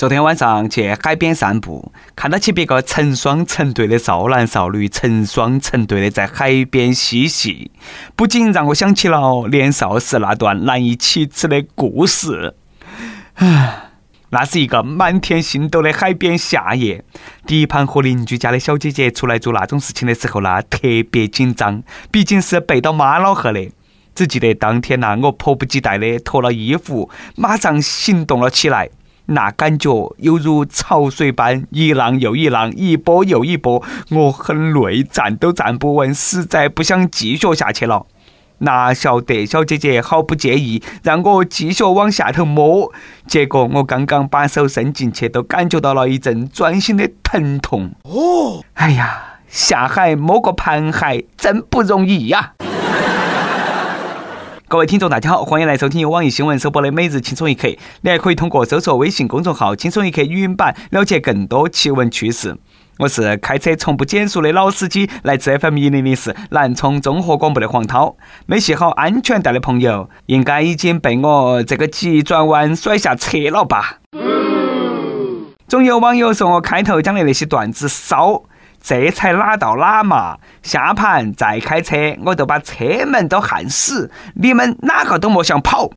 昨天晚上去海边散步，看到起别个成双成对的少男少女成双成对的在海边嬉戏，不仅让我想起了年少时那段难以启齿的故事。那是一个满天星斗的海边夏夜，第一盘和邻居家的小姐姐出来做那种事情的时候呢，特别紧张，毕竟是背到妈老汉的。只记得当天我迫不及待地脱了衣服，马上行动了起来。那感觉犹如潮水般一浪又一浪，一波又一波，我很累，站都站不稳，实在不想继续下去了。哪晓得小姐姐毫不介意，让我继续往下头摸，结果我刚刚把手伸进去，都感觉到了一阵钻心的疼痛。哎呀，下海摸个盘海真不容易呀！各位听众大家好，欢迎来收听由网易新闻首播的每日轻松一刻，你还可以通过搜索微信公众号轻松一刻语音版了解更多奇闻趣事。我是开车从不减速的老司机，来自 FM1004 南充综合广播的黄涛。没系好安全带的朋友应该已经被我这个急转弯甩下车了吧。总有网友说我开头讲的那些段子骚，这才哪到哪嘛，下盘再开车我都把车门都焊死，你们哪个都莫想跑。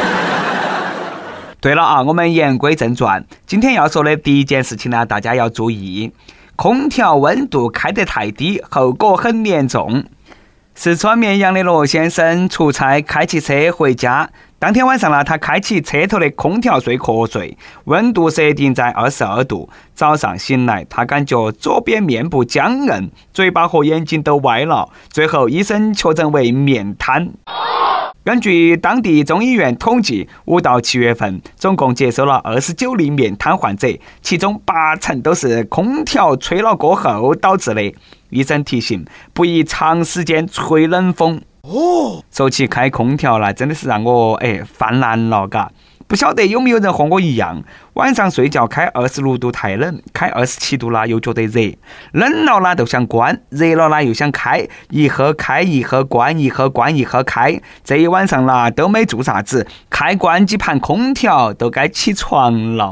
对了啊，我们言归正传，今天要说的第一件事情呢，大家要注意，空调温度开得太低，后果很严重。四川绵阳的罗先生出差开起车回家，当天晚上呢，他开启车头的空调睡瞌睡，温度设定在22度。早上醒来，他感觉左边面部僵硬，嘴巴和眼睛都歪了，最后医生确诊为面瘫。根据当地中医院统计，5到7月份总共接收了29例面瘫患者，其中80%都是空调吹了过后导致的。医生提醒，不宜长时间吹冷风。说起开空调了，真的是让我犯难了嘎。不晓得有没有人和我一样，晚上睡觉开26度太冷，开27度啦又觉得热，冷了啦都想关，热了啦又想开，一会开一会关，一会关一会开，这一晚上啦都没做啥子，开关几盘空调都该起床了。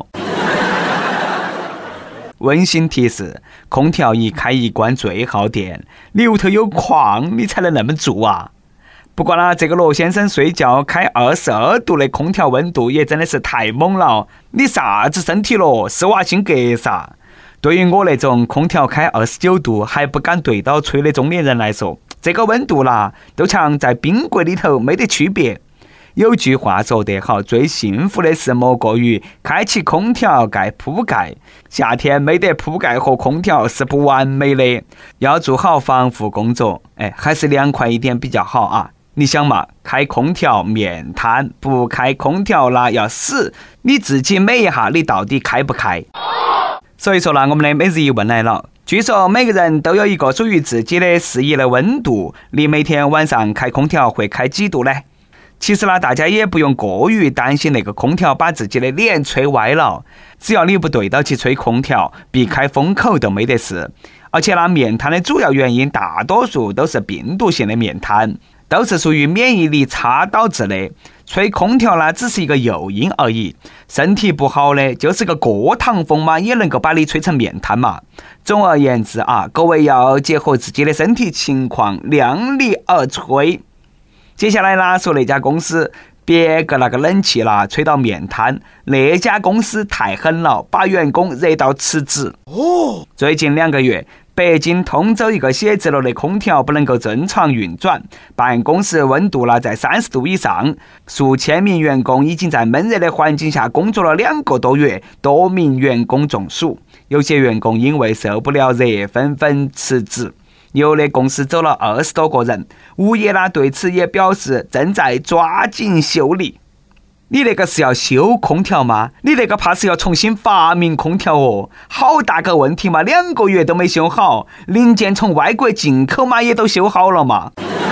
温馨提示，空调一开一关最耗电，你屋头有矿你才能那么做啊。不过呢，这个罗先生睡觉开22度的空调温度也真的是太猛了，你啥子身体咯，施瓦辛格啥？对于我那种空调开29度还不敢对到吹的中年人来说，这个温度啦都像在冰柜里头没得区别。有句话说得好，最幸福的事莫过于开启空调盖铺盖，夏天没得铺盖和空调是不完美的，要做好防护工作，还是凉快一点比较好啊。你想嘛，开空调面瘫，不开空调啦要死，你自己美一下你到底开不开？所以说呢，我们的每日一问来了，据说每个人都有一个属于自己的适宜的温度，你每天晚上开空调会开几度呢？其实呢，大家也不用过于担心那个空调把自己的脸吹歪了，只要你不对到去吹空调，避开风口都没得事。而且呢，面瘫的主要原因大多数都是病毒性的面瘫，都是属于免疫力差导致的。吹空调呢，只是一个诱因而已。身体不好的，就是个过堂风嘛，也能够把你吹成面瘫嘛。总而言之啊，各位要结合自己的身体情况，量力而吹。接下来呢，说那家公司，别个那个冷气啦吹到面瘫，那家公司太狠了，把员工热到辞职。最近2个月，北京通州一个写字楼的空调不能够正常运转，办公室温度在30度以上，数千名员工已经在闷热的环境下工作了2个多月，多名员工中暑，有些员工因为受不了热纷纷辞职。有的公司走了20多个人，物业呢对此也表示正在抓紧修理。你那个是要修空调吗？你那个怕是要重新发明空调哦，好大个问题嘛，2个月都没修好，零件从外国进口嘛也都修好了嘛。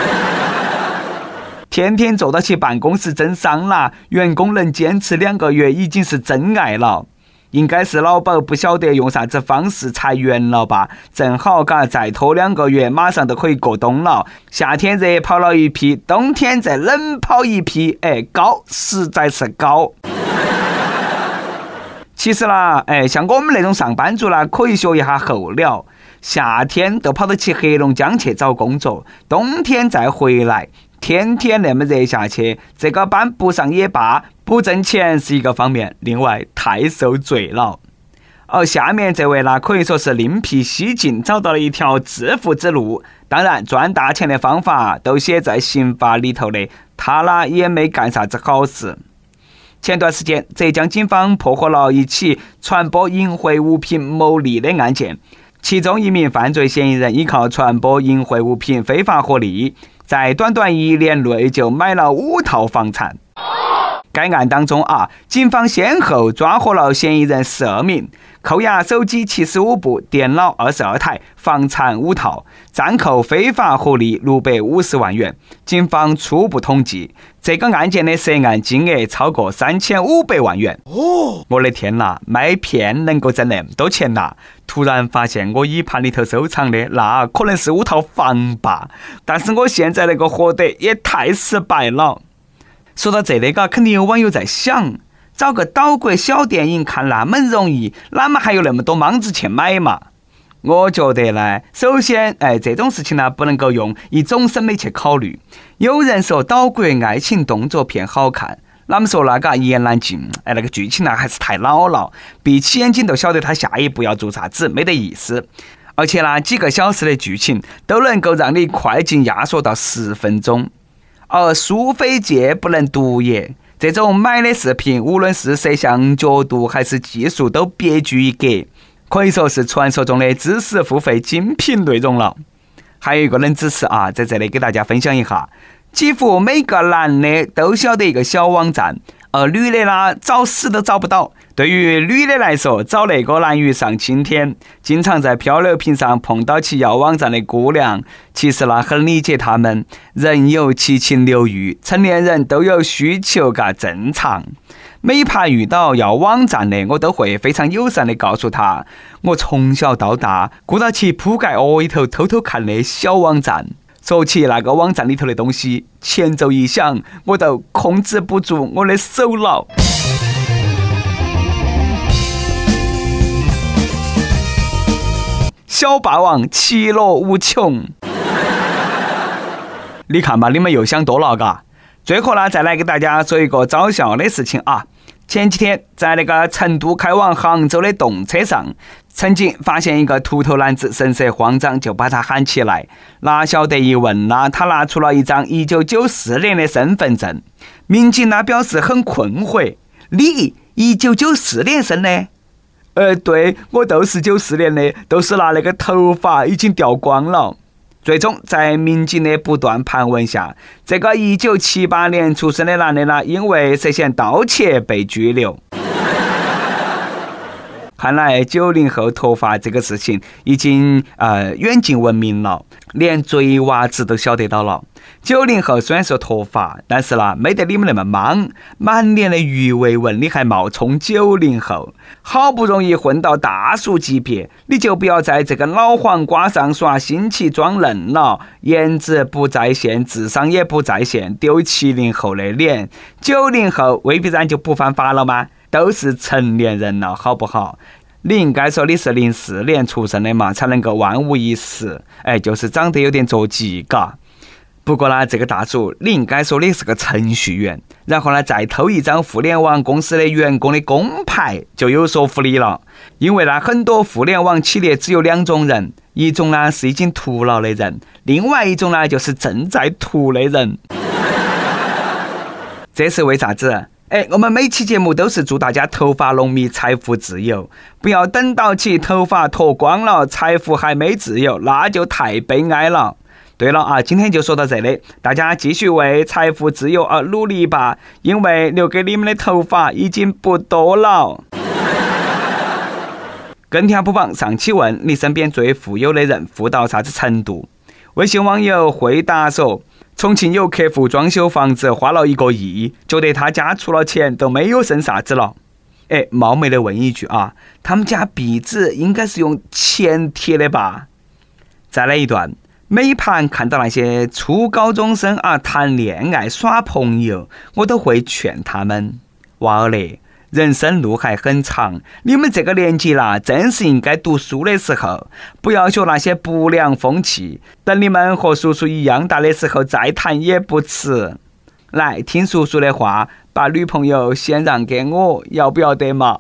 天天坐到去办公室真伤啦，员工能坚持2个月已经是真爱了。应该是老板不晓得用啥子方式裁员了吧，正好再拖2个月，马上都可以过冬了。夏天热跑了一批，冬天再冷跑一批，高，实在是高。 其实啦，像我们那种上班族啦，可以学一下候鸟，夏天都跑到去黑龙江去找工作，冬天再回来，天天那么热下去，这个班不上也罢，不挣钱是一个方面，另外太受罪了。而下面这位呢，可以说是另辟蹊径，找到了一条致富之路。当然，赚大钱的方法都写在刑法里头的，他呢也没干啥子好事。前段时间，浙江警方破获了一起传播淫秽物品牟利的案件，其中一名犯罪嫌疑人依靠传播淫秽物品非法获利，在短短1年内就买了5套房产。该案当中警方先后抓获了嫌疑人12名，扣押手机75部、电脑22台、房产5套，暂扣非法获利650万元。警方初步统计，这个案件的涉案金额超过3500万元。我的天哪，卖片能够挣那么多钱呐！突然发现我椅盘里头收藏的那可能是5套房吧，但是我现在那个活得也太失败了。说到这里肯定有网友在想，找个岛国小电影看那么容易，哪么还有那么多莽子去买嘛？我觉得呢，首先这种事情呢不能够用一种审美去考虑。有人说岛国爱情动作片好看，那么说那个一言难尽，那个剧情呢还是太老了，闭起眼睛都晓得他下一步要做啥子，没得意思。而且呢，几个小时的剧情都能够让你快进压缩到10分钟。而苏菲界不能独也，这种买的视频无论是摄像角度还是技术都别具一格，可以说是传说中的知识付费精品内容了。还有一个冷知识在这里给大家分享一下，几乎每个男的都晓得一个小网站，而女的呢找死都找不到。对于女的来说，找那个难于上青天，经常在漂流瓶上碰到其要网站的姑娘，其实呢很理解他们，人有七情六欲，成年人都有需求正常。每盘遇到要网站的，我都会非常友善的告诉他，我从小到大顾到其铺盖里头偷偷看的小网站，说起那个网站里头的东西，前奏一响，我都控制不住我的手了。小霸王其乐无穷。你看吧，你们又想多了嘎。最后呢，再来给大家说一个找笑的事情前几天在那个成都开往杭州的动车上，曾经发现一个秃头男子神色慌张，就把他喊起来。哪晓得一问他拿出了一张1994年的身份证。民警表示很困惑，你1994年生的？对，我都是94年的，都是拿那个头发已经掉光了。最终在民警的不断盘问下，这个1978年出生的男的呢，因为涉嫌盗窃被拘留。看来90后脱发这个事情已经远近闻名了，连嘴娃子都晓得到了。90后虽然说脱发，但是呢没得你们那么莽，满脸的鱼尾纹，你还冒充90后，好不容易混到大叔级别，你就不要在这个老黄瓜上耍新奇装嫩了，颜值不在线，智商也不在线，丢70后的脸。90后未必然就不犯法了吗？都是成年人了，好不好？你应该说你是04年出生的嘛，才能够万无一失。就是长得有点着急嘎。不过呢，这个大叔，你应该说你是个程序员，然后呢再偷一张互联网公司的员工的工牌，就有说服力了。因为呢，很多互联网企业只有2种人，一种呢是已经秃了的人，另外一种呢就是正在秃的人。这是为啥子？我们每期节目都是祝大家头发浓密，财富自由，不要等到起头发脱光了，财富还没自由，那就太悲哀了。对了今天就说到这里，大家继续为财富自由而努力吧，因为留给你们的头发已经不多了。跟帖补榜上期问你身边最富有的人富到啥子程度？微信网友回答说，重庆有客户装修房子花了1个亿，觉得他家出了钱都没有剩啥子了。冒昧的问一句他们家壁纸应该是用钱贴的吧？再来一段，每盘看到那些初高中生谈恋爱耍朋友，我都会劝他们，娃儿嘞， 人生路还很长，你们这个年纪啦，正是应该读书的时候，不要学那些不良风气。等你们和叔叔一样大的时候再谈也不迟。来，听叔叔的话，把女朋友先让给我，要不要得嘛？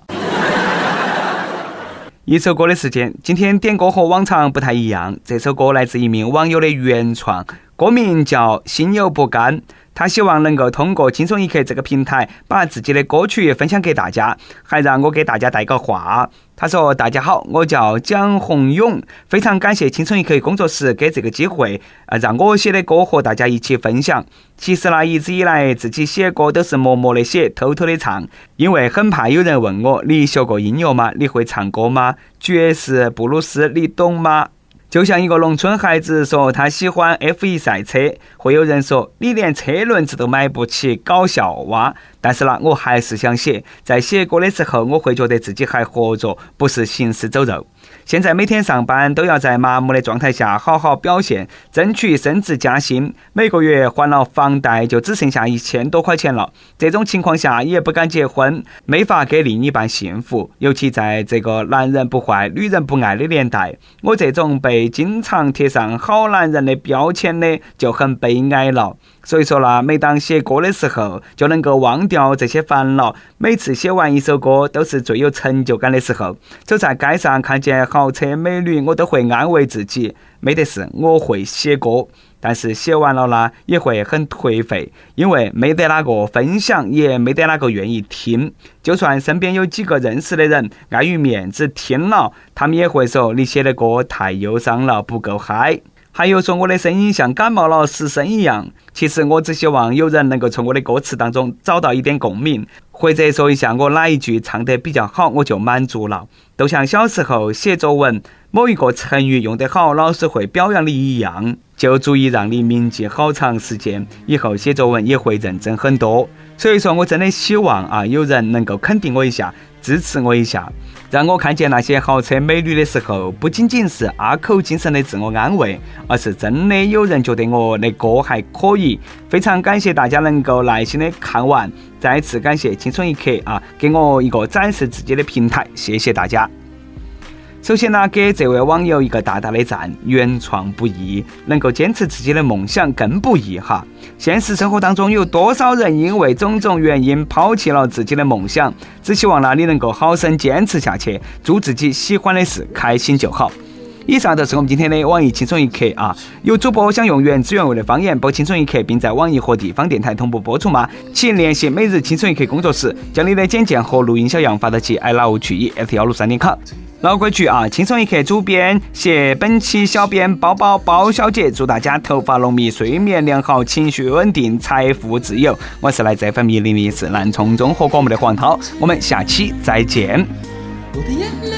一首歌的时间，今天点歌和往常不太一样。这首歌来自一名网友的原创，歌名叫《心有不甘》。他希望能够通过轻松一刻这个平台把自己的歌曲分享给大家，还让我给大家带个话。他说：大家好，我叫蒋宏勇，非常感谢轻松一刻工作室给这个机会，让我写的歌和大家一起分享。其实呢，一直以来自己写歌都是默默的写，偷偷的唱，因为很怕有人问我，你学过音乐吗？你会唱歌吗？爵士、布鲁斯你懂吗？就像一个农村孩子说他喜欢 F1 赛车，会有人说你连车轮子都买不起，搞笑哇！但是呢，我还是想写。在写歌的时候，我会觉得自己还活着，不是行尸走肉。现在每天上班都要在麻木的状态下好好表现，争取升职加薪。每个月还了房贷就只剩下1000多块钱了。这种情况下也不敢结婚，没法给另一半幸福。尤其在这个男人不坏女人不爱的年代，我这种被经常贴上好男人的标签的就很悲哀了。所以说啦，每当写歌的时候就能够忘掉这些烦恼。每次写完一首歌都是最有成就感的时候。走在街上看见豪车美女，我都会安慰自己，没得事，我会写歌。但是写完了呢，也会很颓废，因为没得哪个分享，也没得哪个愿意听。就算身边有几个认识的人，碍于面子听了，他们也会说你写的歌太忧伤了，不够嗨。还有说我的声音像感冒了失声一样。其实我只希望有人能够从我的歌词当中找到一点共鸣，或者说一下我哪一句唱得比较好，我就满足了。都像小时候写作文，某一个成语用得好，老师会表扬你一样，就足以让你铭记好长时间，以后写作文也会认真很多。所以说我真的希望有人能够肯定我一下，支持我一下，让我看见那些豪车美女的时候，不仅仅是阿口精神的自我安慰，而是真的有人觉得我的歌还可以。非常感谢大家能够耐心的看完，再次感谢轻松一刻给我一个展示自己的平台，谢谢大家。首先呢，给这位网友一个大大的赞，原创不易，能够坚持自己的梦想更不易哈。现实生活当中有多少人因为种种原因抛弃了自己的梦想？只希望你能够好生坚持下去，做自己喜欢的事，开心就好。以上就是我们今天的网易轻松一刻有主播想用原汁原味的方言播轻松一刻，并在网易和地方电台同步播出吗？请联系每日轻松一刻工作室，将你的简介和录音小样发到其 iLove163.com。老规矩轻松一刻主编写本期小编包小姐，祝大家头发浓密，睡眠良好，情绪稳定，财富自由。我是来自 FM104南充综合广播的黄涛，我们下期再见。 我的眼泪，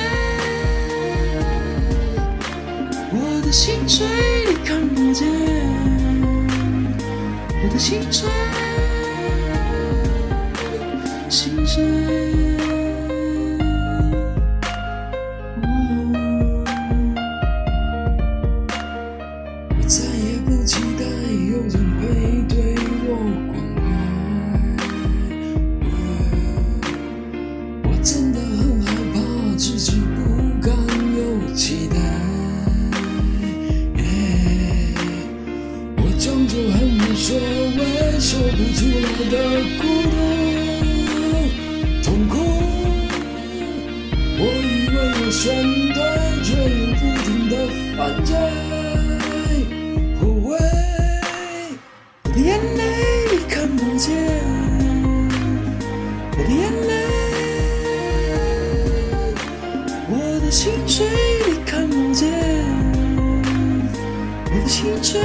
我的心碎你看不见，我的心碎心碎。再也不期待有人会对我关怀，我真的很害怕自己不敢有期待，我装作很无所谓，说不出来的孤独痛苦，我以为我选对，却又不停的犯罪。我的眼泪你看不见，我的眼泪，我的心碎你看不见，我的心碎。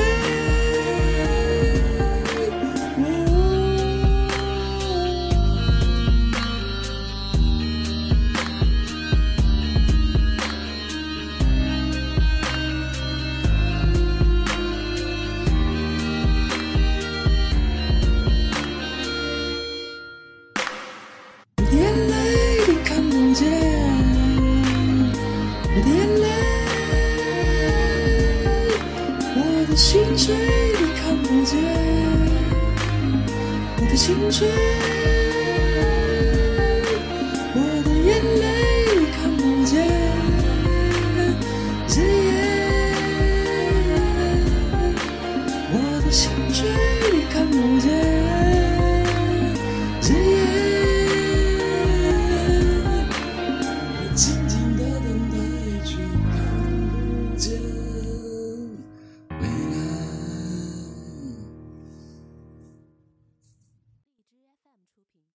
心碎你看不见，我的心碎。